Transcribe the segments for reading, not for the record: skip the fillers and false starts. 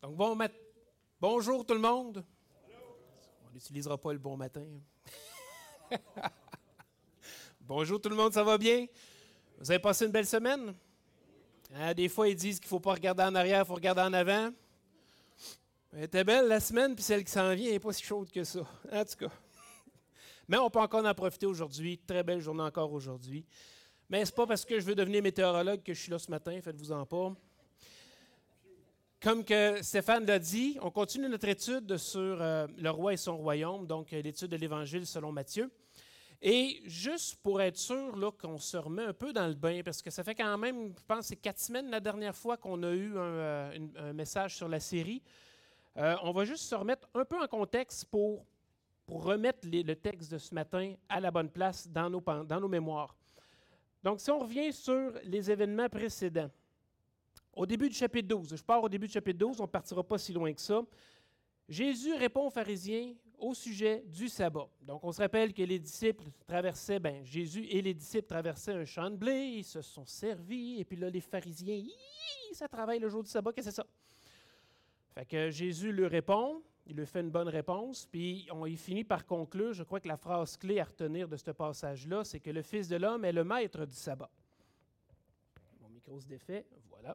Donc, bonjour tout le monde. On n'utilisera pas le bon matin. Bonjour tout le monde, ça va bien? Vous avez passé une belle semaine? Des fois, ils disent qu'il ne faut pas regarder en arrière, il faut regarder en avant. Elle était belle la semaine, puis celle qui s'en vient n'est pas si chaude que ça. En tout cas. Mais on peut encore en profiter aujourd'hui. Très belle journée encore aujourd'hui. Mais ce n'est pas parce que je veux devenir météorologue que je suis là ce matin, faites-vous-en pas. Comme que Stéphane l'a dit, on continue notre étude sur le roi et son royaume, donc l'étude de l'Évangile selon Matthieu. Et juste pour être sûr là, qu'on se remet un peu dans le bain, parce que ça fait quand même, je pense, c'est 4 semaines la dernière fois qu'on a eu un message sur la série. On va juste se remettre un peu en contexte pour remettre le texte de ce matin à la bonne place dans nos mémoires. Donc, si on revient sur les événements précédents, au début du chapitre 12, je pars au début du chapitre 12, on ne partira pas si loin que ça. Jésus répond aux pharisiens au sujet du sabbat. Donc, on se rappelle que les disciples traversaient, Jésus et les disciples traversaient un champ de blé, ils se sont servis, et puis là, les pharisiens, ça travaille le jour du sabbat, qu'est-ce que c'est ça? Fait que Jésus lui répond, il lui fait une bonne réponse, puis il finit par conclure, je crois que la phrase clé à retenir de ce passage-là, c'est que le Fils de l'homme est le maître du sabbat. Mon micro se défait, voilà.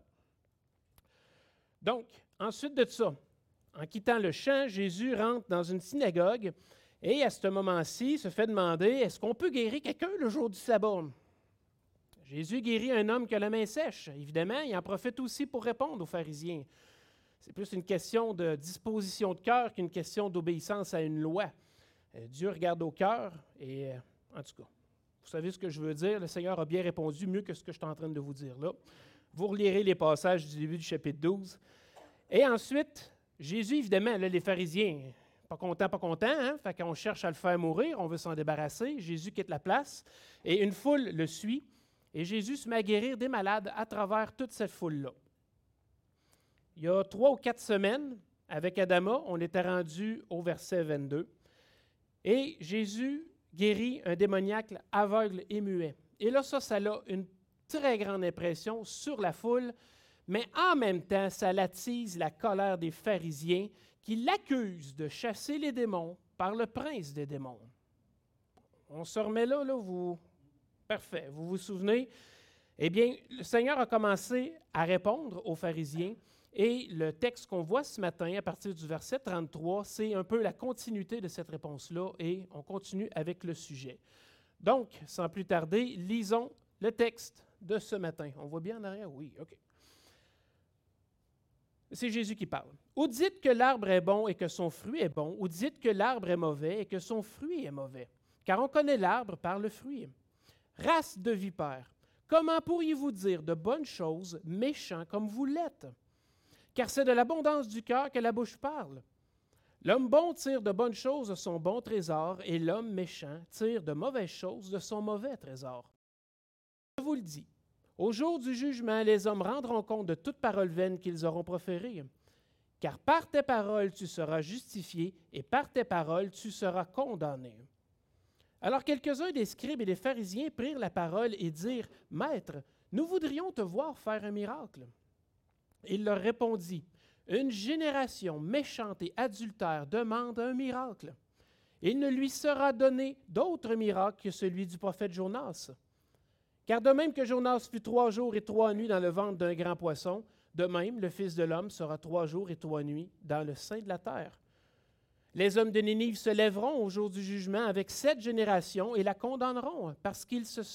Donc, ensuite de ça, en quittant le champ, Jésus rentre dans une synagogue et à ce moment-ci, se fait demander, est-ce qu'on peut guérir quelqu'un le jour du sabbat? Jésus guérit un homme qui a la main sèche. Évidemment, il en profite aussi pour répondre aux pharisiens. C'est plus une question de disposition de cœur qu'une question d'obéissance à une loi. Dieu regarde au cœur et, en tout cas, vous savez ce que je veux dire, le Seigneur a bien répondu mieux que ce que je suis en train de vous dire là. Vous relirez les passages du début du chapitre 12. Et ensuite, Jésus, évidemment, là, les pharisiens, pas contents, hein? Fait qu'on cherche à le faire mourir, on veut s'en débarrasser. Jésus quitte la place et une foule le suit. Et Jésus se met à guérir des malades à travers toute cette foule-là. Il y a 3 ou 4 semaines, avec Adama, on était rendu au verset 22. Et Jésus guérit un démoniaque aveugle et muet. Et là, ça a une très grande impression sur la foule, mais en même temps, ça l'attise la colère des pharisiens qui l'accusent de chasser les démons par le prince des démons. On se remet là, vous... Parfait, vous vous souvenez? Eh bien, le Seigneur a commencé à répondre aux pharisiens et le texte qu'on voit ce matin, à partir du verset 33, c'est un peu la continuité de cette réponse-là et on continue avec le sujet. Donc, sans plus tarder, lisons le texte de ce matin. On voit bien en arrière? Oui, OK. C'est Jésus qui parle. Ou dites que l'arbre est bon et que son fruit est bon, ou dites que l'arbre est mauvais et que son fruit est mauvais. Car on connaît l'arbre par le fruit. Race de vipères, comment pourriez-vous dire de bonnes choses, méchants comme vous l'êtes? Car c'est de l'abondance du cœur que la bouche parle. L'homme bon tire de bonnes choses de son bon trésor, et l'homme méchant tire de mauvaises choses de son mauvais trésor. Je vous le dis, au jour du jugement, les hommes rendront compte de toute parole vaine qu'ils auront proférée. Car par tes paroles tu seras justifié, et par tes paroles tu seras condamné. Alors quelques-uns des scribes et des pharisiens prirent la parole et dirent, « Maître, nous voudrions te voir faire un miracle. » Il leur répondit, « Une génération méchante et adultère demande un miracle. Il ne lui sera donné d'autre miracle que celui du prophète Jonas. Car de même que Jonas fut 3 jours et 3 nuits dans le ventre d'un grand poisson, de même le Fils de l'homme sera 3 jours et 3 nuits dans le sein de la terre. Les hommes de Ninive se lèveront au jour du jugement avec cette génération et la condamneront parce qu'ils se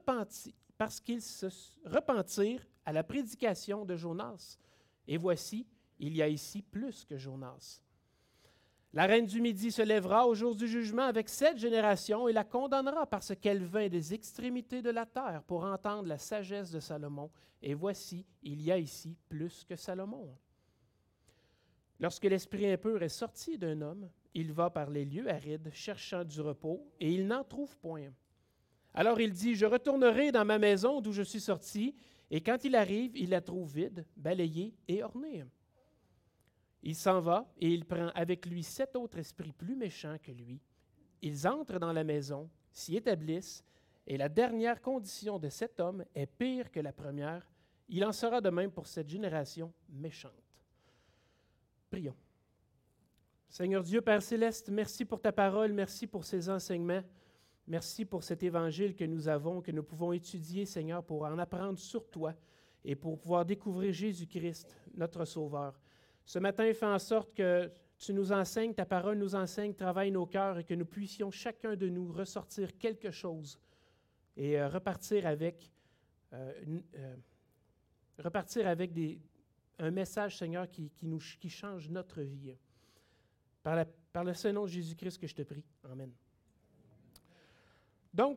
repentirent à la prédication de Jonas. Et voici, il y a ici plus que Jonas. La reine du Midi se lèvera au jour du jugement avec cette génération et la condamnera parce qu'elle vint des extrémités de la terre pour entendre la sagesse de Salomon. Et voici, il y a ici plus que Salomon. Lorsque l'esprit impur est sorti d'un homme, il va par les lieux arides cherchant du repos et il n'en trouve point. Alors il dit, « Je retournerai dans ma maison d'où je suis sorti. » Et quand il arrive, il la trouve vide, balayée et ornée. Il s'en va et il prend avec lui 7 autres esprits plus méchants que lui. Ils entrent dans la maison, s'y établissent, et la dernière condition de cet homme est pire que la première. Il en sera de même pour cette génération méchante. Prions. Seigneur Dieu, Père Céleste, merci pour ta parole, merci pour ces enseignements, merci pour cet évangile que nous avons, que nous pouvons étudier, Seigneur, pour en apprendre sur toi et pour pouvoir découvrir Jésus-Christ, notre Sauveur. Ce matin, fais en sorte que tu nous enseignes, ta parole nous enseigne, travaille nos cœurs et que nous puissions chacun de nous ressortir quelque chose et repartir avec un message, Seigneur, qui change notre vie. Par le Saint nom de Jésus-Christ que je te prie. Amen. Donc,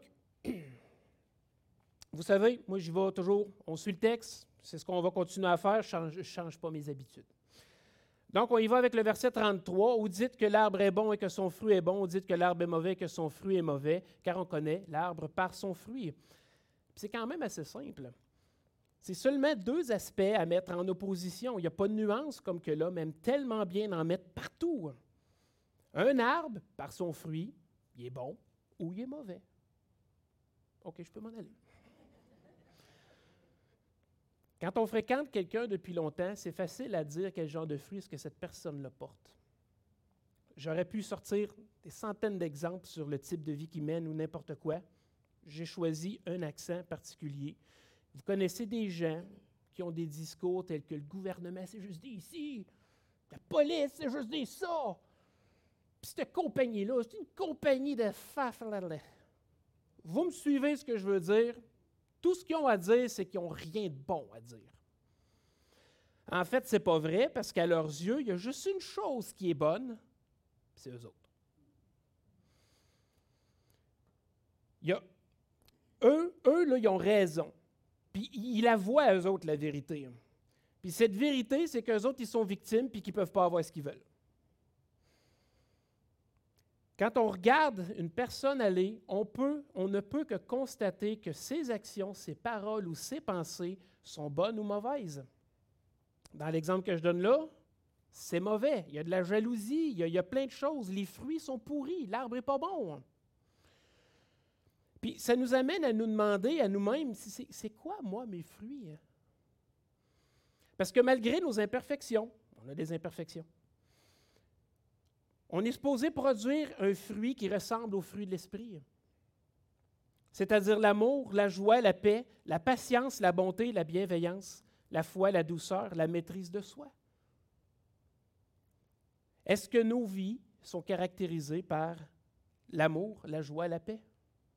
vous savez, moi j'y vais toujours, on suit le texte, c'est ce qu'on va continuer à faire, je ne change pas mes habitudes. Donc, on y va avec le verset 33, où dites que l'arbre est bon et que son fruit est bon, ou dites que l'arbre est mauvais et que son fruit est mauvais, car on connaît l'arbre par son fruit. Puis c'est quand même assez simple. C'est seulement deux aspects à mettre en opposition. Il n'y a pas de nuance comme que là, même tellement bien d'en mettre partout. Un arbre, par son fruit, il est bon ou il est mauvais. OK, je peux m'en aller. Quand on fréquente quelqu'un depuis longtemps, c'est facile à dire quel genre de fruit est-ce que cette personne-là porte. J'aurais pu sortir des centaines d'exemples sur le type de vie qu'il mène ou n'importe quoi. J'ai choisi un accent particulier. Vous connaissez des gens qui ont des discours tels que le gouvernement, c'est juste des ici, la police, c'est juste des ça. Puis cette compagnie-là, c'est une compagnie de faf. Vous me suivez ce que je veux dire? Tout ce qu'ils ont à dire, c'est qu'ils n'ont rien de bon à dire. En fait, ce n'est pas vrai, parce qu'à leurs yeux, il y a juste une chose qui est bonne, c'est eux autres. Eux là, ils ont raison. Puis ils la voient, eux autres, la vérité. Puis cette vérité, c'est qu'eux autres, ils sont victimes puis qu'ils ne peuvent pas avoir ce qu'ils veulent. Quand on regarde une personne aller, on ne peut que constater que ses actions, ses paroles ou ses pensées sont bonnes ou mauvaises. Dans l'exemple que je donne là, c'est mauvais. Il y a de la jalousie, il y a plein de choses. Les fruits sont pourris, l'arbre n'est pas bon. Puis ça nous amène à nous demander à nous-mêmes, c'est quoi, moi, mes fruits? Parce que malgré nos imperfections, on a des imperfections, on est supposé produire un fruit qui ressemble au fruit de l'esprit. C'est-à-dire l'amour, la joie, la paix, la patience, la bonté, la bienveillance, la foi, la douceur, la maîtrise de soi. Est-ce que nos vies sont caractérisées par l'amour, la joie, la paix?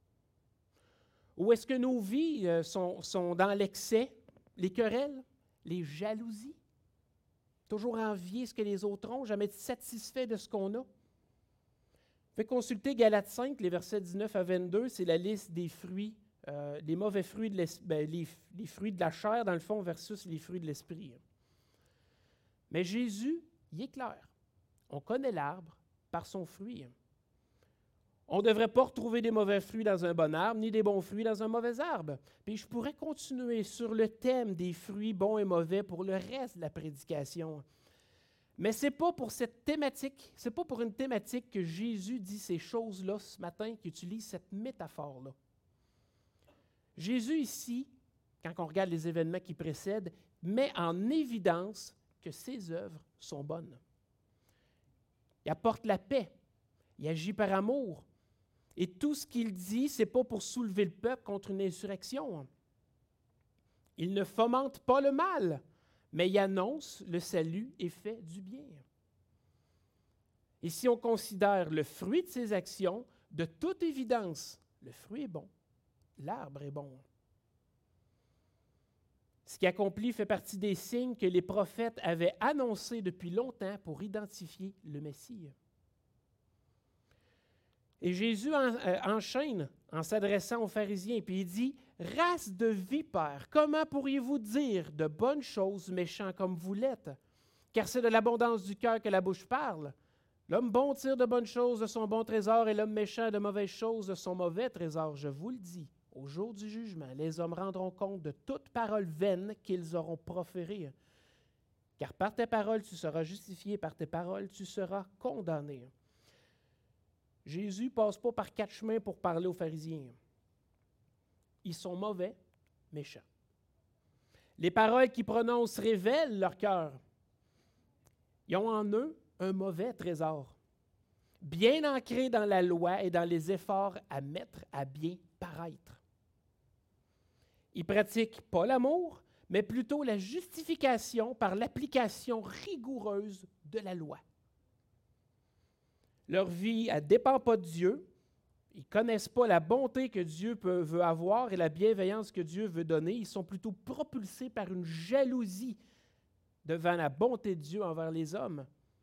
Ou est-ce que nos vies sont dans l'excès, les querelles, les jalousies? Toujours envier ce que les autres ont, jamais être satisfait de ce qu'on a. Faites consulter Galates 5, les versets 19 à 22, c'est la liste des fruits, les mauvais fruits, les fruits de la chair, dans le fond, versus les fruits de l'esprit. Mais Jésus, il est clair. On connaît l'arbre par son fruit. On ne devrait pas retrouver des mauvais fruits dans un bon arbre, ni des bons fruits dans un mauvais arbre. Puis je pourrais continuer sur le thème des fruits bons et mauvais pour le reste de la prédication. Mais ce n'est pas pour cette thématique, ce n'est pas pour une thématique que Jésus dit ces choses-là ce matin, qu'il utilise cette métaphore-là. Jésus ici, quand on regarde les événements qui précèdent, met en évidence que ses œuvres sont bonnes. Il apporte la paix, il agit par amour. Et tout ce qu'il dit, ce n'est pas pour soulever le peuple contre une insurrection. Il ne fomente pas le mal, mais il annonce le salut et fait du bien. Et si on considère le fruit de ses actions, de toute évidence, le fruit est bon, l'arbre est bon. Ce qui accomplit fait partie des signes que les prophètes avaient annoncés depuis longtemps pour identifier le Messie. Et Jésus enchaîne en s'adressant aux pharisiens, puis il dit « Race de vipères, comment pourriez-vous dire de bonnes choses méchants comme vous l'êtes? Car c'est de l'abondance du cœur que la bouche parle. L'homme bon tire de bonnes choses de son bon trésor et l'homme méchant de mauvaises choses de son mauvais trésor. Je vous le dis, au jour du jugement, les hommes rendront compte de toute parole vaine qu'ils auront proférée. Car par tes paroles tu seras justifié, par tes paroles tu seras condamné. » Jésus ne passe pas par 4 chemins pour parler aux pharisiens. Ils sont mauvais, méchants. Les paroles qu'ils prononcent révèlent leur cœur. Ils ont en eux un mauvais trésor, bien ancré dans la loi et dans les efforts à mettre à bien paraître. Ils pratiquent pas l'amour, mais plutôt la justification par l'application rigoureuse de la loi. Leur vie, elle ne dépend pas de Dieu. Ils ne connaissent pas la bonté que Dieu veut avoir et la bienveillance que Dieu veut donner. Ils sont plutôt propulsés par une jalousie devant la bonté de Dieu envers les hommes.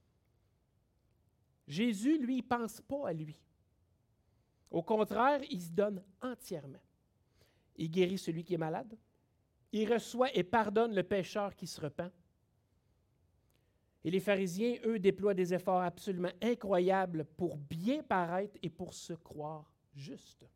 Jésus, lui, il ne pense pas à lui. Au contraire, il se donne entièrement. Il guérit celui qui est malade. Il reçoit et pardonne le pécheur qui se repent. Et les pharisiens, eux, déploient des efforts absolument incroyables pour bien paraître et pour se croire justes.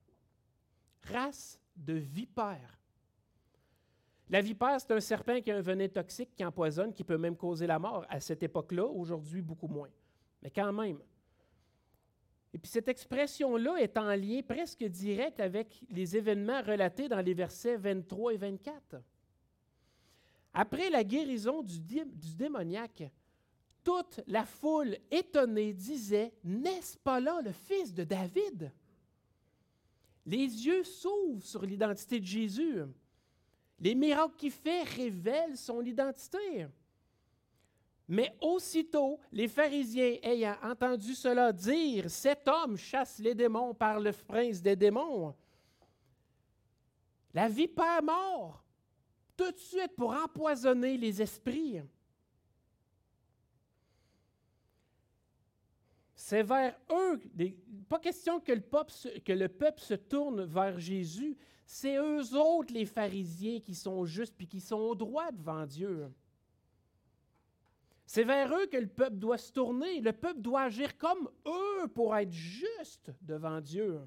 Race de vipères. La vipère, c'est un serpent qui a un venin toxique qui empoisonne, qui peut même causer la mort. À cette époque-là, aujourd'hui, beaucoup moins. Mais quand même. Et puis cette expression-là est en lien presque direct avec les événements relatés dans les versets 23 et 24. Après la guérison du démoniaque, toute la foule étonnée disait « N'est-ce pas là le fils de David? » Les yeux s'ouvrent sur l'identité de Jésus. Les miracles qu'il fait révèlent son identité. Mais aussitôt, les pharisiens ayant entendu cela dire « Cet homme chasse les démons par le prince des démons », la vipère mord, tout de suite pour empoisonner les esprits. C'est vers eux, pas question que le peuple se tourne vers Jésus, c'est eux autres, les pharisiens, qui sont justes puis qui sont au droit devant Dieu. C'est vers eux que le peuple doit se tourner. Le peuple doit agir comme eux pour être juste devant Dieu.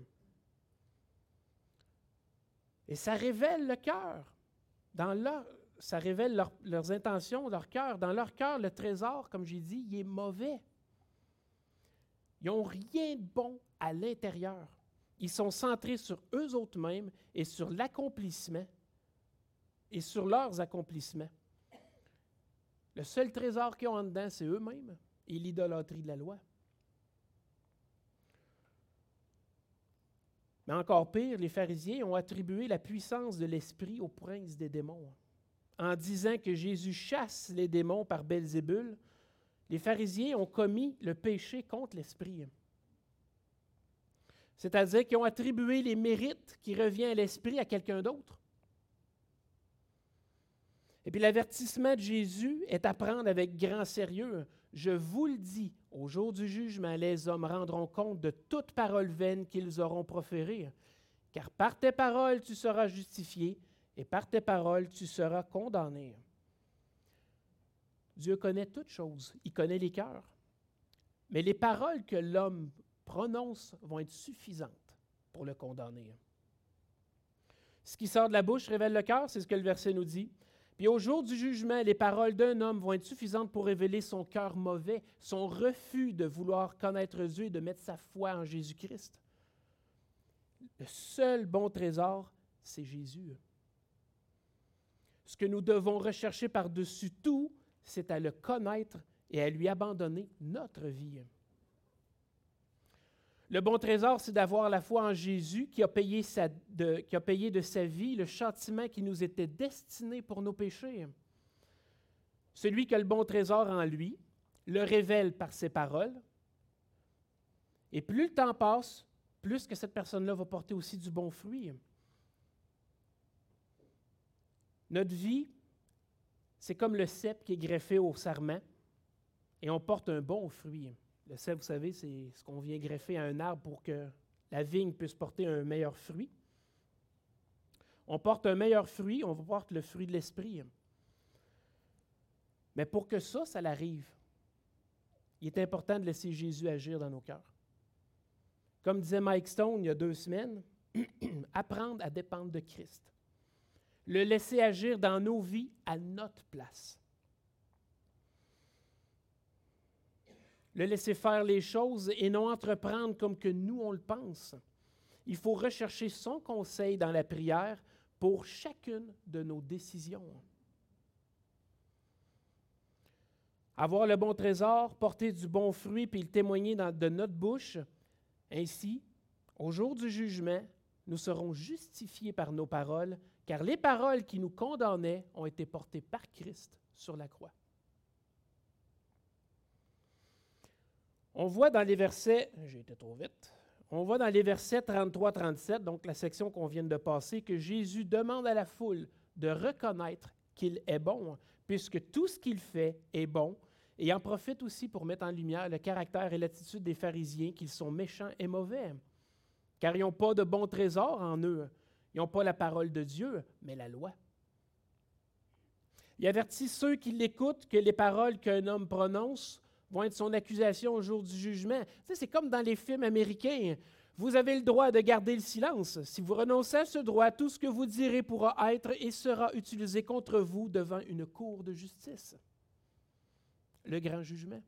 Et ça révèle le cœur. Ça révèle leurs intentions, leur cœur. Dans leur cœur, le trésor, comme j'ai dit, il est mauvais. Ils n'ont rien de bon à l'intérieur. Ils sont centrés sur eux autres mêmes et sur l'accomplissement et sur leurs accomplissements. Le seul trésor qu'ils ont en dedans, c'est eux-mêmes et l'idolâtrie de la loi. Mais encore pire, les pharisiens ont attribué la puissance de l'esprit au prince des démons. En disant que Jésus chasse les démons par Belzébul, les pharisiens ont commis le péché contre l'esprit. C'est-à-dire qu'ils ont attribué les mérites qui reviennent à l'esprit à quelqu'un d'autre. Et puis l'avertissement de Jésus est à prendre avec grand sérieux. Je vous le dis, au jour du jugement, les hommes rendront compte de toute parole vaine qu'ils auront proférée. Car par tes paroles, tu seras justifié, et par tes paroles, tu seras condamné. Dieu connaît toutes choses, il connaît les cœurs. Mais les paroles que l'homme prononce vont être suffisantes pour le condamner. Ce qui sort de la bouche révèle le cœur, c'est ce que le verset nous dit. Puis au jour du jugement, les paroles d'un homme vont être suffisantes pour révéler son cœur mauvais, son refus de vouloir connaître Dieu et de mettre sa foi en Jésus-Christ. Le seul bon trésor, c'est Jésus. Ce que nous devons rechercher par-dessus tout, c'est à le connaître et à lui abandonner notre vie. Le bon trésor, c'est d'avoir la foi en Jésus qui a payé de sa vie le châtiment qui nous était destiné pour nos péchés. Celui qui a le bon trésor en lui le révèle par ses paroles. Et plus le temps passe, plus que cette personne-là va porter aussi du bon fruit. Notre vie, c'est comme le cep qui est greffé au sarment et on porte un bon fruit. Le cep, vous savez, c'est ce qu'on vient greffer à un arbre pour que la vigne puisse porter un meilleur fruit. On porte un meilleur fruit, on porte le fruit de l'esprit. Mais pour que ça l'arrive, il est important de laisser Jésus agir dans nos cœurs. Comme disait Mike Stone il y a 2 semaines, apprendre à dépendre de Christ. Le laisser agir dans nos vies à notre place. Le laisser faire les choses et non entreprendre comme que nous, on le pense. Il faut rechercher son conseil dans la prière pour chacune de nos décisions. avoir le bon trésor, porter du bon fruit, puis le témoigner de notre bouche. Ainsi, au jour du jugement, nous serons justifiés par nos paroles, car les paroles qui nous condamnaient ont été portées par Christ sur la croix. On voit dans les versets, j'ai été trop vite, on voit dans les versets 33-37, donc la section qu'on vient de passer, que Jésus demande à la foule de reconnaître qu'il est bon, puisque tout ce qu'il fait est bon, et il en profite aussi pour mettre en lumière le caractère et l'attitude des pharisiens, qu'ils sont méchants et mauvais, car ils n'ont pas de bon trésor en eux. Ils n'ont pas la parole de Dieu, mais la loi. Il avertit ceux qui l'écoutent que les paroles qu'un homme prononce vont être son accusation au jour du jugement. Tu sais, c'est comme dans les films américains. Vous avez le droit de garder le silence. Si vous renoncez à ce droit, tout ce que vous direz pourra être et sera utilisé contre vous devant une cour de justice. Le grand jugement.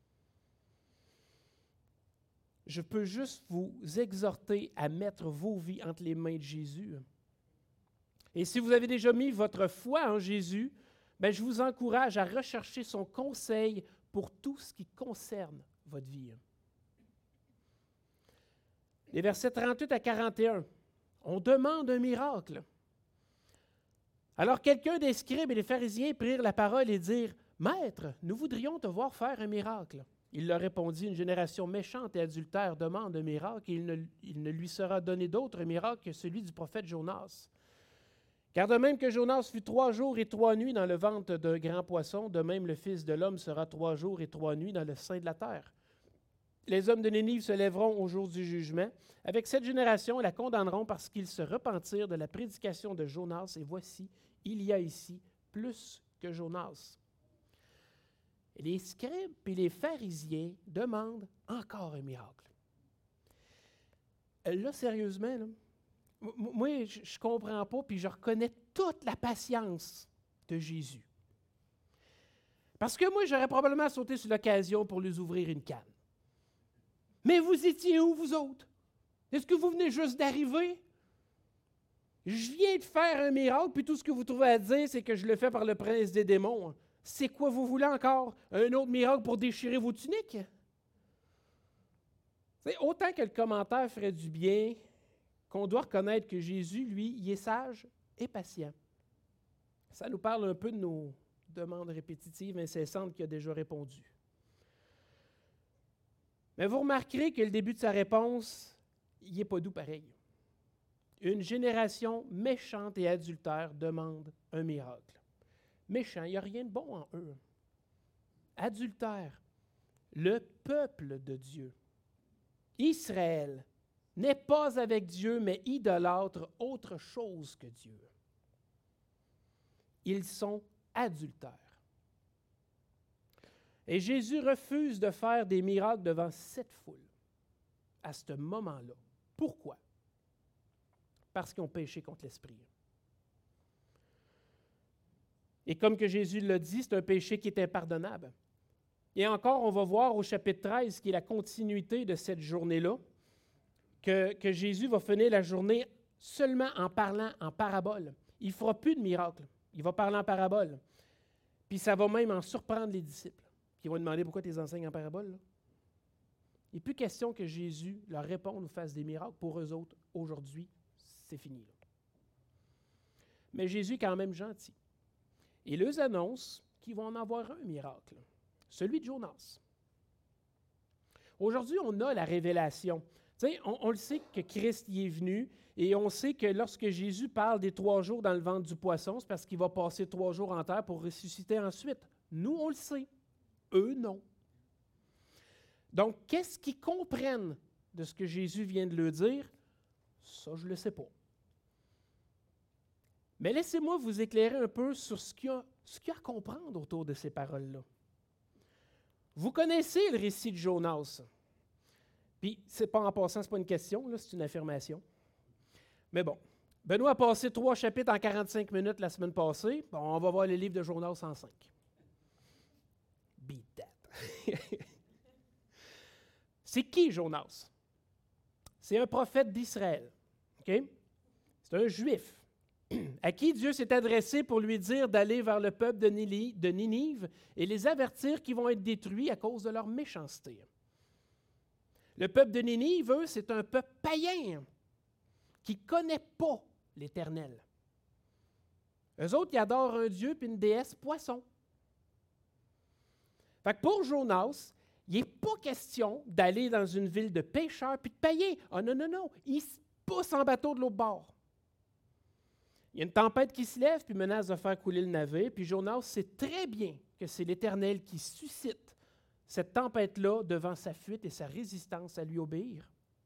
Je peux juste vous exhorter à mettre vos vies entre les mains de Jésus. Et si vous avez déjà mis votre foi en Jésus, bien, je vous encourage à rechercher son conseil pour tout ce qui concerne votre vie. Les versets 38 à 41, on demande un miracle. Alors quelqu'un des scribes et des pharisiens prirent la parole et dirent, « Maître, nous voudrions te voir faire un miracle. » Il leur répondit, « Une génération méchante et adultère demande un miracle, et il ne lui sera donné d'autre miracle que celui du prophète Jonas. Car de même que Jonas fut 3 jours et 3 nuits dans le ventre d'un grand poisson, de même le Fils de l'homme sera 3 jours et 3 nuits dans le sein de la terre. Les hommes de Nénive se lèveront au jour du jugement. Avec cette génération, la condamneront parce qu'ils se repentirent de la prédication de Jonas. Et voici, il y a ici plus que Jonas. » Et les scribes et les pharisiens demandent encore un miracle. Là, sérieusement, là, moi, je ne comprends pas, puis je reconnais toute la patience de Jésus. Parce que moi, j'aurais probablement sauté sur l'occasion pour lui ouvrir une canne. Mais vous étiez où, vous autres? Est-ce que vous venez juste d'arriver? Je viens de faire un miracle, puis tout ce que vous trouvez à dire, c'est que je le fais par le prince des démons. C'est quoi vous voulez encore? Un autre miracle pour déchirer vos tuniques? C'est autant que le commentaire ferait du bien, qu'on doit reconnaître que Jésus, lui, il est sage et patient. Ça nous parle un peu de nos demandes répétitives, incessantes qu'il a déjà répondu. Mais vous remarquerez que le début de sa réponse, il n'est pas doux pareil. Une génération méchante et adultère demande un miracle. Méchant, il n'y a rien de bon en eux. Adultère, le peuple de Dieu. Israël n'est pas avec Dieu, mais idolâtre autre chose que Dieu. Ils sont adultères. Et Jésus refuse de faire des miracles devant cette foule à ce moment-là. Pourquoi? Parce qu'ils ont péché contre l'Esprit. Et comme que Jésus l'a dit, c'est un péché qui est impardonnable. Et encore, on va voir au chapitre 13, qui est la continuité de cette journée-là, que Jésus va finir la journée seulement en parlant en parabole. Il ne fera plus de miracles. Il va parler en parabole. Puis ça va même en surprendre les disciples, qui vont demander pourquoi tu les enseignes en parabole. Là? Il n'est plus question que Jésus leur réponde ou fasse des miracles. Pour eux autres, aujourd'hui, c'est fini. Là. Mais Jésus est quand même gentil. Il leur annonce qu'ils vont en avoir un miracle, celui de Jonas. Aujourd'hui, on a la révélation. Tu sais, on le sait que Christ y est venu et on sait que lorsque Jésus parle des 3 jours dans le ventre du poisson, c'est parce qu'il va passer 3 jours en terre pour ressusciter ensuite. Nous, on le sait. Eux, non. Donc, qu'est-ce qu'ils comprennent de ce que Jésus vient de leur dire? Ça, je ne le sais pas. Mais laissez-moi vous éclairer un peu sur ce qu'il y a à comprendre autour de ces paroles-là. Vous connaissez le récit de Jonas. Puis, c'est pas en passant, ce n'est pas une question, là, c'est une affirmation. Mais bon, Benoît a passé 3 chapitres en 45 minutes la semaine passée. Bon, on va voir le livre de Jonas en 5. Beat that. C'est qui Jonas? C'est un prophète d'Israël. Okay? C'est un juif. à qui Dieu s'est adressé pour lui dire d'aller vers le peuple de Ninive et les avertir qu'ils vont être détruits à cause de leur méchanceté. Le peuple de Ninive, eux, c'est un peuple païen qui ne connaît pas l'Éternel. Eux autres, ils adorent un dieu puis une déesse poisson. Fait que pour Jonas, il n'est pas question d'aller dans une ville de pêcheurs puis de païens. Ah non, non, non, il se pousse en bateau de l'autre bord. Il y a une tempête qui se lève puis menace de faire couler le navire, puis Jonas sait très bien que c'est l'Éternel qui suscite cette tempête-là devant sa fuite et sa résistance à lui obéir.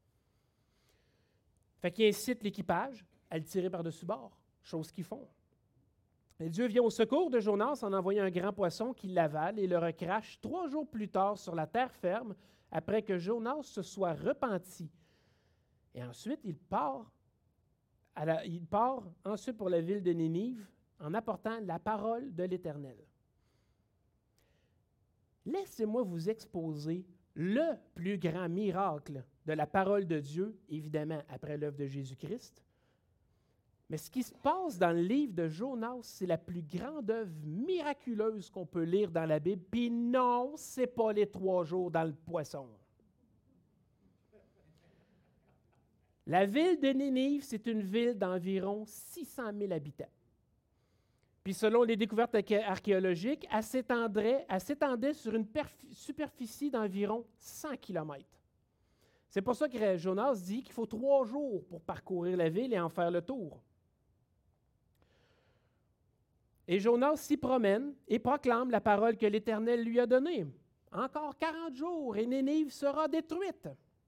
Fait qu'il incite l'équipage à le tirer par-dessus bord, chose qu'ils font. Et Dieu vient au secours de Jonas en envoyant un grand poisson qui l'avale et le recrache 3 jours plus tard sur la terre ferme après que Jonas se soit repenti. Et ensuite, il part ensuite pour la ville de Ninive en apportant la parole de l'Éternel. Laissez-moi vous exposer le plus grand miracle de la parole de Dieu, évidemment après l'œuvre de Jésus-Christ. Mais ce qui se passe dans le livre de Jonas, c'est la plus grande œuvre miraculeuse qu'on peut lire dans la Bible. Puis non, ce n'est pas les 3 jours dans le poisson. La ville de Ninive, c'est une ville d'environ 600 000 habitants. Puis selon les découvertes archéologiques, elle s'étendait sur une superficie d'environ 100 km. C'est pour ça que Jonas dit qu'il faut 3 jours pour parcourir la ville et en faire le tour. Et Jonas s'y promène et proclame la parole que l'Éternel lui a donnée. Encore 40 jours et Ninive sera détruite.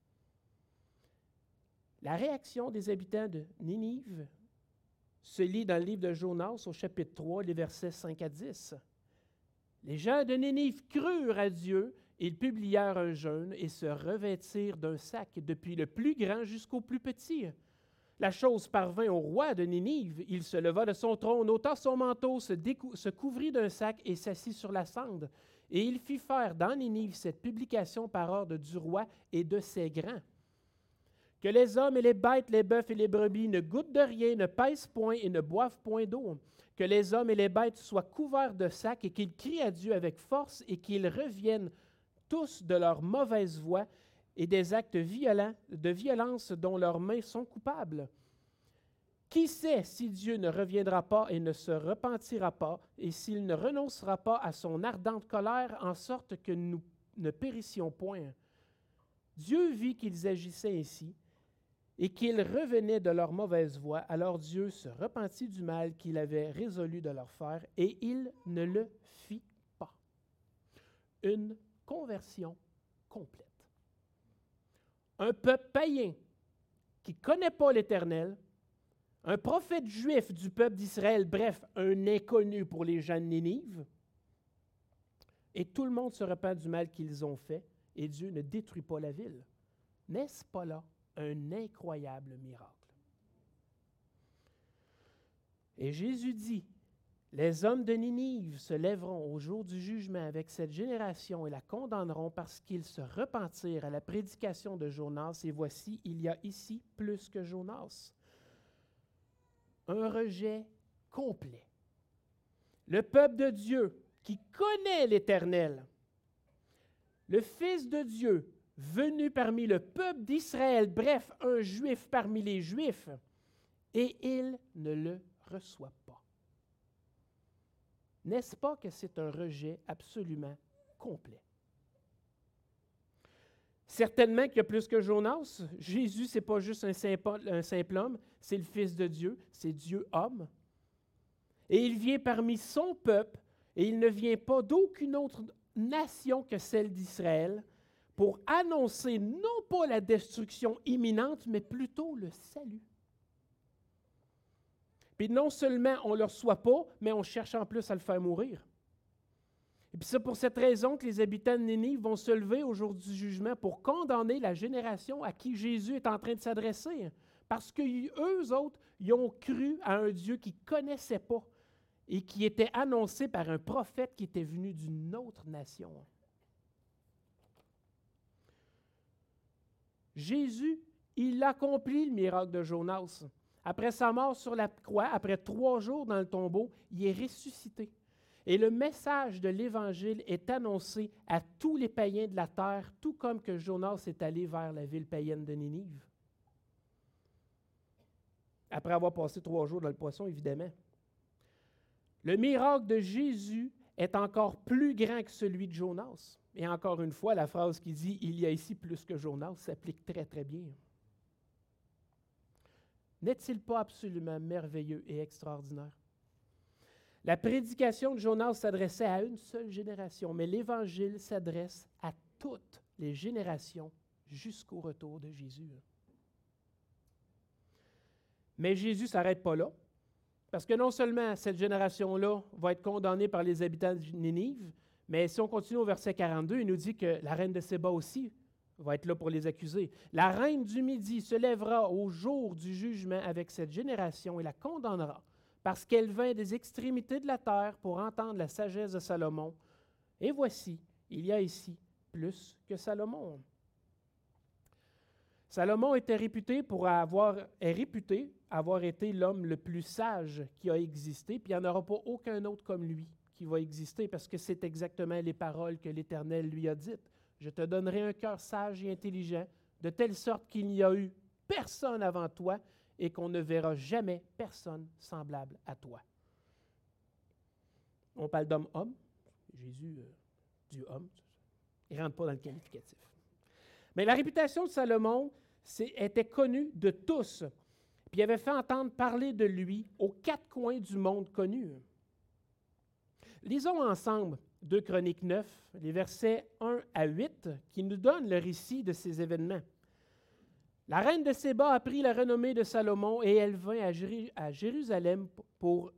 La réaction des habitants de Ninive se lit dans le livre de Jonas au chapitre 3, les versets 5 à 10. Les gens de Ninive crurent à Dieu, ils publièrent un jeûne et se revêtirent d'un sac, depuis le plus grand jusqu'au plus petit. La chose parvint au roi de Ninive. Il se leva de son trône, ôta son manteau, se couvrit d'un sac et s'assit sur la cendre. Et il fit faire dans Ninive cette publication par ordre du roi et de ses grands. Que les hommes et les bêtes, les bœufs et les brebis ne goûtent de rien, ne pèsent point et ne boivent point d'eau. Que les hommes et les bêtes soient couverts de sacs et qu'ils crient à Dieu avec force et qu'ils reviennent tous de leur mauvaise voie et des actes violents, de violence dont leurs mains sont coupables. Qui sait si Dieu ne reviendra pas et ne se repentira pas, et s'il ne renoncera pas à son ardente colère, en sorte que nous ne périssions point. Dieu vit qu'ils agissaient ainsi, et qu'ils revenaient de leur mauvaise voie, alors Dieu se repentit du mal qu'il avait résolu de leur faire, et il ne le fit pas. Une conversion complète. Un peuple païen qui ne connaît pas l'Éternel, un prophète juif du peuple d'Israël, bref, un inconnu pour les gens de Ninive, et tout le monde se repent du mal qu'ils ont fait, et Dieu ne détruit pas la ville. N'est-ce pas là un incroyable miracle? Et Jésus dit, les hommes de Ninive se lèveront au jour du jugement avec cette génération et la condamneront parce qu'ils se repentirent à la prédication de Jonas. Et voici, il y a ici plus que Jonas. Un rejet complet. Le peuple de Dieu qui connaît l'Éternel, le Fils de Dieu venu parmi le peuple d'Israël, bref, un Juif parmi les Juifs, et il ne le reçoit pas. N'est-ce pas que c'est un rejet absolument complet? Certainement qu'il y a plus que Jonas. Jésus, ce n'est pas juste un simple homme, c'est le Fils de Dieu, c'est Dieu homme. Et il vient parmi son peuple, et il ne vient pas d'aucune autre nation que celle d'Israël, pour annoncer non pas la destruction imminente, mais plutôt le salut. Puis non seulement on ne le reçoit pas, mais on cherche en plus à le faire mourir. Et puis c'est pour cette raison que les habitants de Ninive vont se lever au jour du jugement pour condamner la génération à qui Jésus est en train de s'adresser. Parce qu'eux autres, ils ont cru à un Dieu qu'ils ne connaissaient pas et qui était annoncé par un prophète qui était venu d'une autre nation. Jésus, il accomplit le miracle de Jonas. Après sa mort sur la croix, après 3 jours dans le tombeau, il est ressuscité. Et le message de l'Évangile est annoncé à tous les païens de la terre, tout comme que Jonas est allé vers la ville païenne de Ninive. Après avoir passé 3 jours dans le poisson, évidemment. Le miracle de Jésus est encore plus grand que celui de Jonas. Et encore une fois, la phrase qui dit « Il y a ici plus que Jonas » s'applique très, très bien. N'est-il pas absolument merveilleux et extraordinaire? La prédication de Jonas s'adressait à une seule génération, mais l'Évangile s'adresse à toutes les générations jusqu'au retour de Jésus. Mais Jésus ne s'arrête pas là, parce que non seulement cette génération-là va être condamnée par les habitants de Ninive, mais si on continue au verset 42, il nous dit que la reine de Séba aussi va être là pour les accuser. La reine du Midi se lèvera au jour du jugement avec cette génération et la condamnera, parce qu'elle vint des extrémités de la terre pour entendre la sagesse de Salomon. Et voici, il y a ici plus que Salomon. Salomon est réputé avoir été l'homme le plus sage qui a existé, puis il n'y en aura pas aucun autre comme lui qui va exister, parce que c'est exactement les paroles que l'Éternel lui a dites. Je te donnerai un cœur sage et intelligent, de telle sorte qu'il n'y a eu personne avant toi et qu'on ne verra jamais personne semblable à toi. On parle d'homme-homme. Jésus, Dieu homme. Il ne rentre pas dans le qualificatif. Mais la réputation de Salomon était connue de tous. Puis il avait fait entendre parler de lui aux 4 coins du monde connu. Lisons ensemble 2 Chroniques 9, les versets 1 à 8, qui nous donnent le récit de ces événements. La reine de Séba apprit la renommée de Salomon et elle vint à Jérusalem pour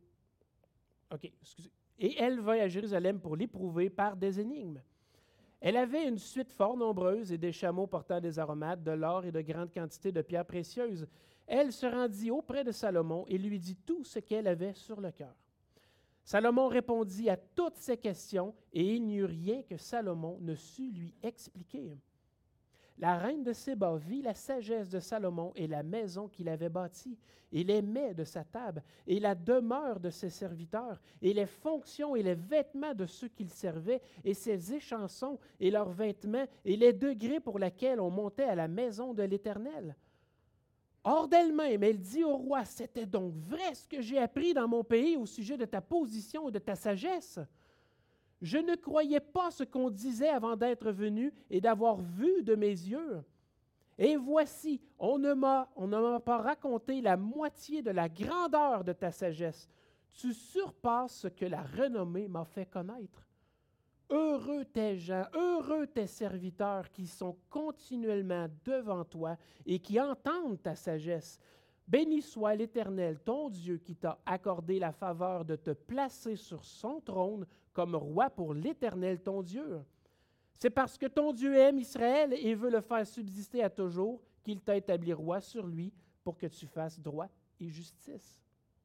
l'éprouver par des énigmes. Elle avait une suite fort nombreuse et des chameaux portant des aromates, de l'or et de grandes quantités de pierres précieuses. Elle se rendit auprès de Salomon et lui dit tout ce qu'elle avait sur le cœur. Salomon répondit à toutes ces questions et il n'y eut rien que Salomon ne sût lui expliquer. La reine de Séba vit la sagesse de Salomon et la maison qu'il avait bâtie, et les mets de sa table, et la demeure de ses serviteurs, et les fonctions et les vêtements de ceux qu'il servait, et ses échansons et leurs vêtements, et les degrés pour lesquels on montait à la maison de l'Éternel. Hors d'elle-même, elle dit au roi, « C'était donc vrai ce que j'ai appris dans mon pays au sujet de ta position et de ta sagesse. Je ne croyais pas ce qu'on disait avant d'être venu et d'avoir vu de mes yeux. Et voici, on ne m'a pas raconté la moitié de la grandeur de ta sagesse. Tu surpasses ce que la renommée m'a fait connaître. Heureux tes gens, heureux tes serviteurs qui sont continuellement devant toi et qui entendent ta sagesse. Béni soit l'Éternel, ton Dieu, qui t'a accordé la faveur de te placer sur son trône comme roi pour l'Éternel, ton Dieu. C'est parce que ton Dieu aime Israël et veut le faire subsister à toujours qu'il t'a établi roi sur lui pour que tu fasses droit et justice. »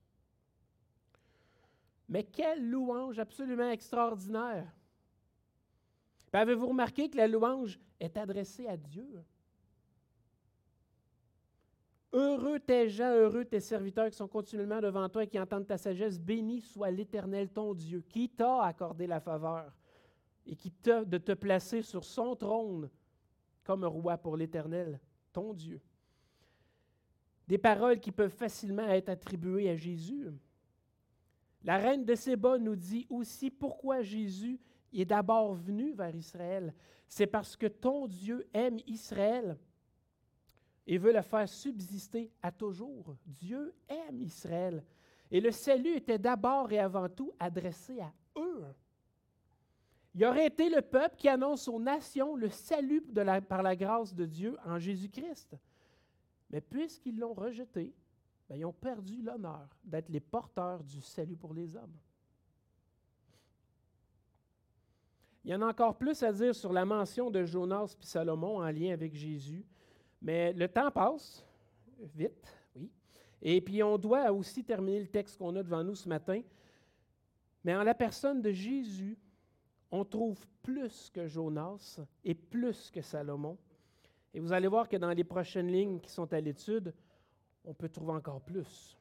Mais quelle louange absolument extraordinaire! Puis avez-vous remarqué que la louange est adressée à Dieu? Heureux tes gens, heureux tes serviteurs qui sont continuellement devant toi et qui entendent ta sagesse. Béni soit l'Éternel ton Dieu, qui t'a accordé la faveur et qui t'a de te placer sur son trône comme roi pour l'Éternel, ton Dieu. Des paroles qui peuvent facilement être attribuées à Jésus. La reine de Séba nous dit aussi pourquoi Jésus est d'abord venu vers Israël. C'est parce que ton Dieu aime Israël et veut le faire subsister à toujours. Dieu aime Israël. Et le salut était d'abord et avant tout adressé à eux. Il aurait été le peuple qui annonce aux nations le salut par la grâce de Dieu en Jésus-Christ. Mais puisqu'ils l'ont rejeté, ils ont perdu l'honneur d'être les porteurs du salut pour les hommes. Il y en a encore plus à dire sur la mention de Jonas et Salomon en lien avec Jésus, mais le temps passe vite, oui. Et puis on doit aussi terminer le texte qu'on a devant nous ce matin. Mais en la personne de Jésus, on trouve plus que Jonas et plus que Salomon. Et vous allez voir que dans les prochaines lignes qui sont à l'étude, on peut trouver encore plus.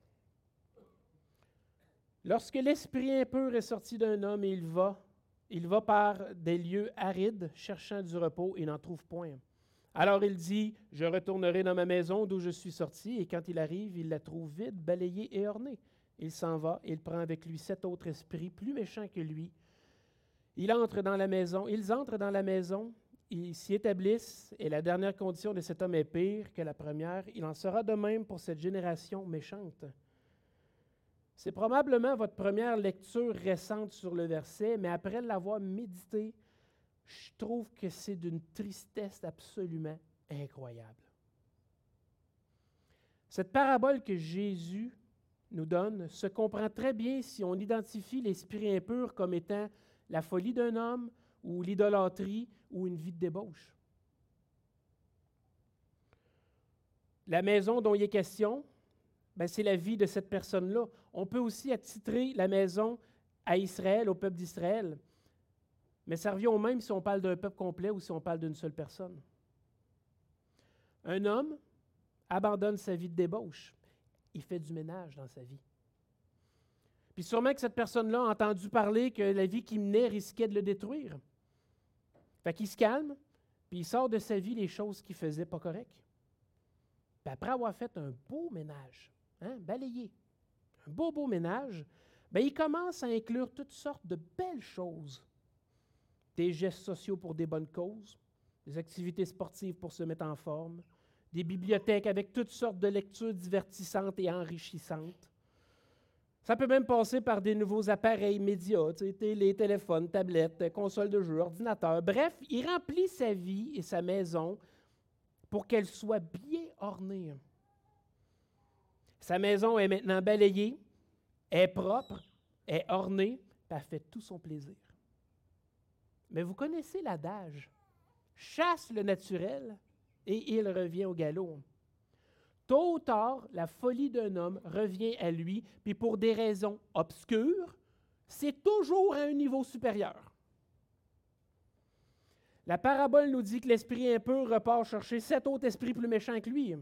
Lorsque l'esprit impur est sorti d'un homme et il va par des lieux arides, cherchant du repos et n'en trouve point. Alors il dit, « Je retournerai dans ma maison d'où je suis sorti. » Et quand il arrive, il la trouve vide, balayée et ornée. Il s'en va et il prend avec lui 7 autres esprits plus méchants que lui. Ils entrent dans la maison, ils s'y établissent, et la dernière condition de cet homme est pire que la première. Il en sera de même pour cette génération méchante. C'est probablement votre première lecture récente sur le verset, mais après l'avoir médité, je trouve que c'est d'une tristesse absolument incroyable. Cette parabole que Jésus nous donne se comprend très bien si on identifie l'esprit impur comme étant la folie d'un homme ou l'idolâtrie ou une vie de débauche. La maison dont il est question, c'est la vie de cette personne-là. On peut aussi attitrer la maison à Israël, au peuple d'Israël. Mais ça revient au même si on parle d'un peuple complet ou si on parle d'une seule personne. Un homme abandonne sa vie de débauche. Il fait du ménage dans sa vie. Puis sûrement que cette personne-là a entendu parler que la vie qu'il menait risquait de le détruire. Fait qu'il se calme, puis il sort de sa vie les choses qu'il faisait pas correctes. Puis après avoir fait un beau ménage, balayé, un beau ménage, il commence à inclure toutes sortes de belles choses. Des gestes sociaux pour des bonnes causes, des activités sportives pour se mettre en forme, des bibliothèques avec toutes sortes de lectures divertissantes et enrichissantes. Ça peut même passer par des nouveaux appareils médias, télé, téléphones, tablettes, consoles de jeux, ordinateurs. Bref, il remplit sa vie et sa maison pour qu'elle soit bien ornée. Sa maison est maintenant balayée, est propre, est ornée, puis elle fait tout son plaisir. Mais vous connaissez l'adage, chasse le naturel et il revient au galop. Tôt ou tard, la folie d'un homme revient à lui, puis pour des raisons obscures, c'est toujours à un niveau supérieur. La parabole nous dit que l'esprit impur repart chercher 7 autres esprits plus méchants que lui.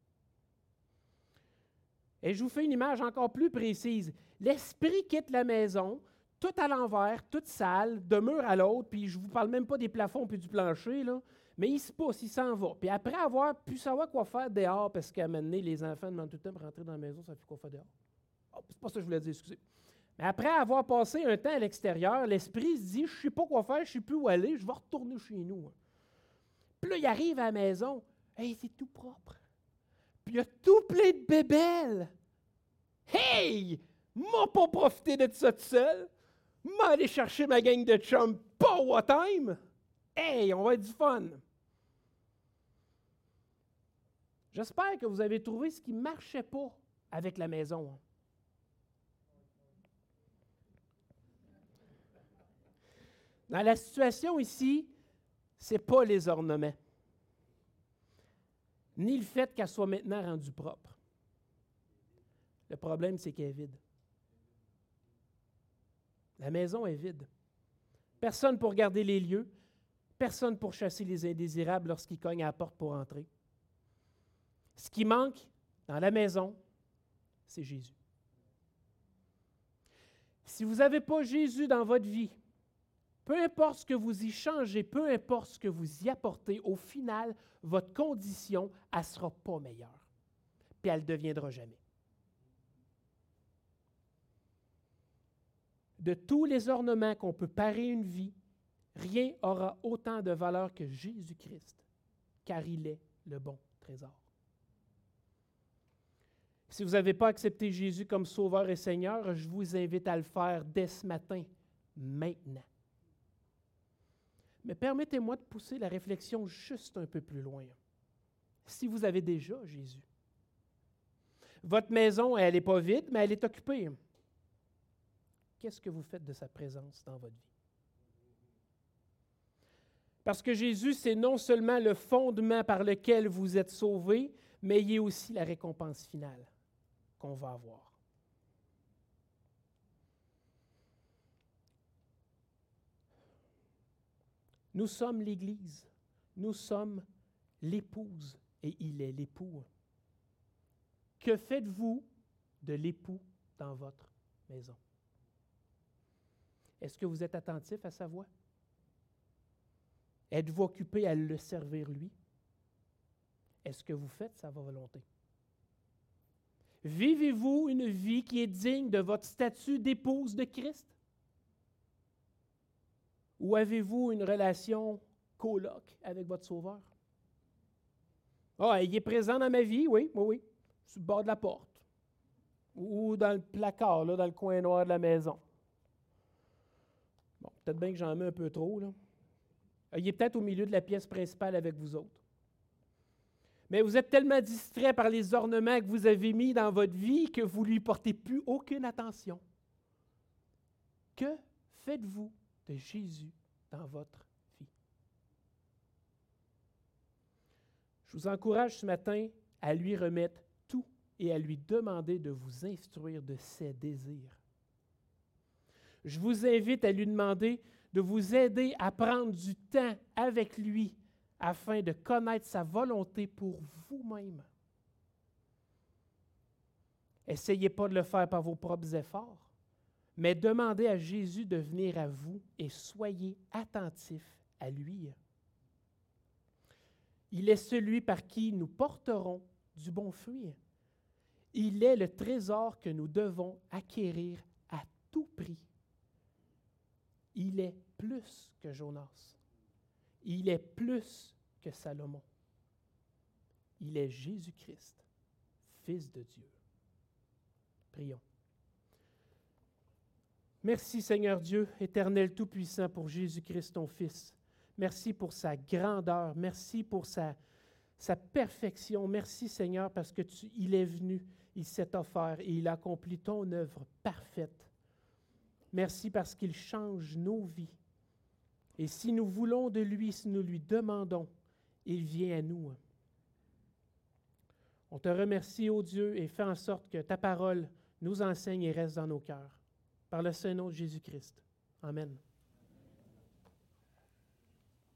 Et je vous fais une image encore plus précise. L'esprit quitte la maison, tout à l'envers, toute sale, de mur à l'autre, puis je ne vous parle même pas des plafonds puis du plancher, là, mais il se pousse, il s'en va. Puis après avoir pu savoir quoi faire dehors, parce qu'à un moment donné, les enfants demandent tout le temps pour rentrer dans la maison, ça fait quoi faire dehors? Oh, c'est pas ça que je voulais dire, excusez. Mais après avoir passé un temps à l'extérieur, l'esprit se dit, je ne sais pas quoi faire, je ne sais plus où aller, je vais retourner chez nous. Puis là, il arrive à la maison, hey, c'est tout propre. Puis il y a tout plein de bébelles. Hey! M'a pas profité de ça tout seul. M'a aller chercher ma gang de chums power time. Hey, on va être du fun. J'espère que vous avez trouvé ce qui ne marchait pas avec la maison. Dans la situation ici, ce n'est pas les ornements, ni le fait qu'elle soit maintenant rendue propre. Le problème, c'est qu'elle est vide. La maison est vide. Personne pour garder les lieux, personne pour chasser les indésirables lorsqu'ils cognent à la porte pour entrer. Ce qui manque dans la maison, c'est Jésus. Si vous n'avez pas Jésus dans votre vie, peu importe ce que vous y changez, peu importe ce que vous y apportez, au final, votre condition, elle ne sera pas meilleure. Puis elle ne deviendra jamais. De tous les ornements qu'on peut parer une vie, rien aura autant de valeur que Jésus-Christ, car il est le bon trésor. Si vous n'avez pas accepté Jésus comme Sauveur et Seigneur, je vous invite à le faire dès ce matin, maintenant. Mais permettez-moi de pousser la réflexion juste un peu plus loin. Si vous avez déjà Jésus, votre maison, elle n'est pas vide, mais elle est occupée. Qu'est-ce que vous faites de sa présence dans votre vie? Parce que Jésus, c'est non seulement le fondement par lequel vous êtes sauvés, mais il est aussi la récompense finale qu'on va avoir. Nous sommes l'Église, nous sommes l'épouse et il est l'époux. Que faites-vous de l'époux dans votre maison? Est-ce que vous êtes attentif à sa voix? Êtes-vous occupé à le servir lui? Est-ce que vous faites sa volonté? Vivez-vous une vie qui est digne de votre statut d'épouse de Christ? Ou avez-vous une relation coloc avec votre Sauveur? Ah, il est présent dans ma vie, oui, sur le bord de la porte. Ou dans le placard, là, dans le coin noir de la maison. Bon, peut-être bien que j'en mets un peu trop, là. Il est peut-être au milieu de la pièce principale avec vous autres. Mais vous êtes tellement distrait par les ornements que vous avez mis dans votre vie que vous ne lui portez plus aucune attention. Que faites-vous de Jésus dans votre vie? Je vous encourage ce matin à lui remettre tout et à lui demander de vous instruire de ses désirs. Je vous invite à lui demander de vous aider à prendre du temps avec lui afin de connaître sa volonté pour vous-même. Essayez pas de le faire par vos propres efforts, mais demandez à Jésus de venir à vous et soyez attentifs à lui. Il est celui par qui nous porterons du bon fruit. Il est le trésor que nous devons acquérir à tout prix. Il est plus que Jonas. Il est plus que Salomon. Il est Jésus-Christ, Fils de Dieu. Prions. Merci Seigneur Dieu, éternel tout-puissant, pour Jésus-Christ, ton Fils. Merci pour sa grandeur. Merci pour sa perfection. Merci Seigneur parce que il est venu, il s'est offert et il a accompli ton œuvre parfaite. Merci parce qu'il change nos vies. Et si nous voulons de lui, si nous lui demandons, il vient à nous. On te remercie, ô Dieu, et fais en sorte que ta parole nous enseigne et reste dans nos cœurs. Par le Saint-Nom de Jésus-Christ. Amen.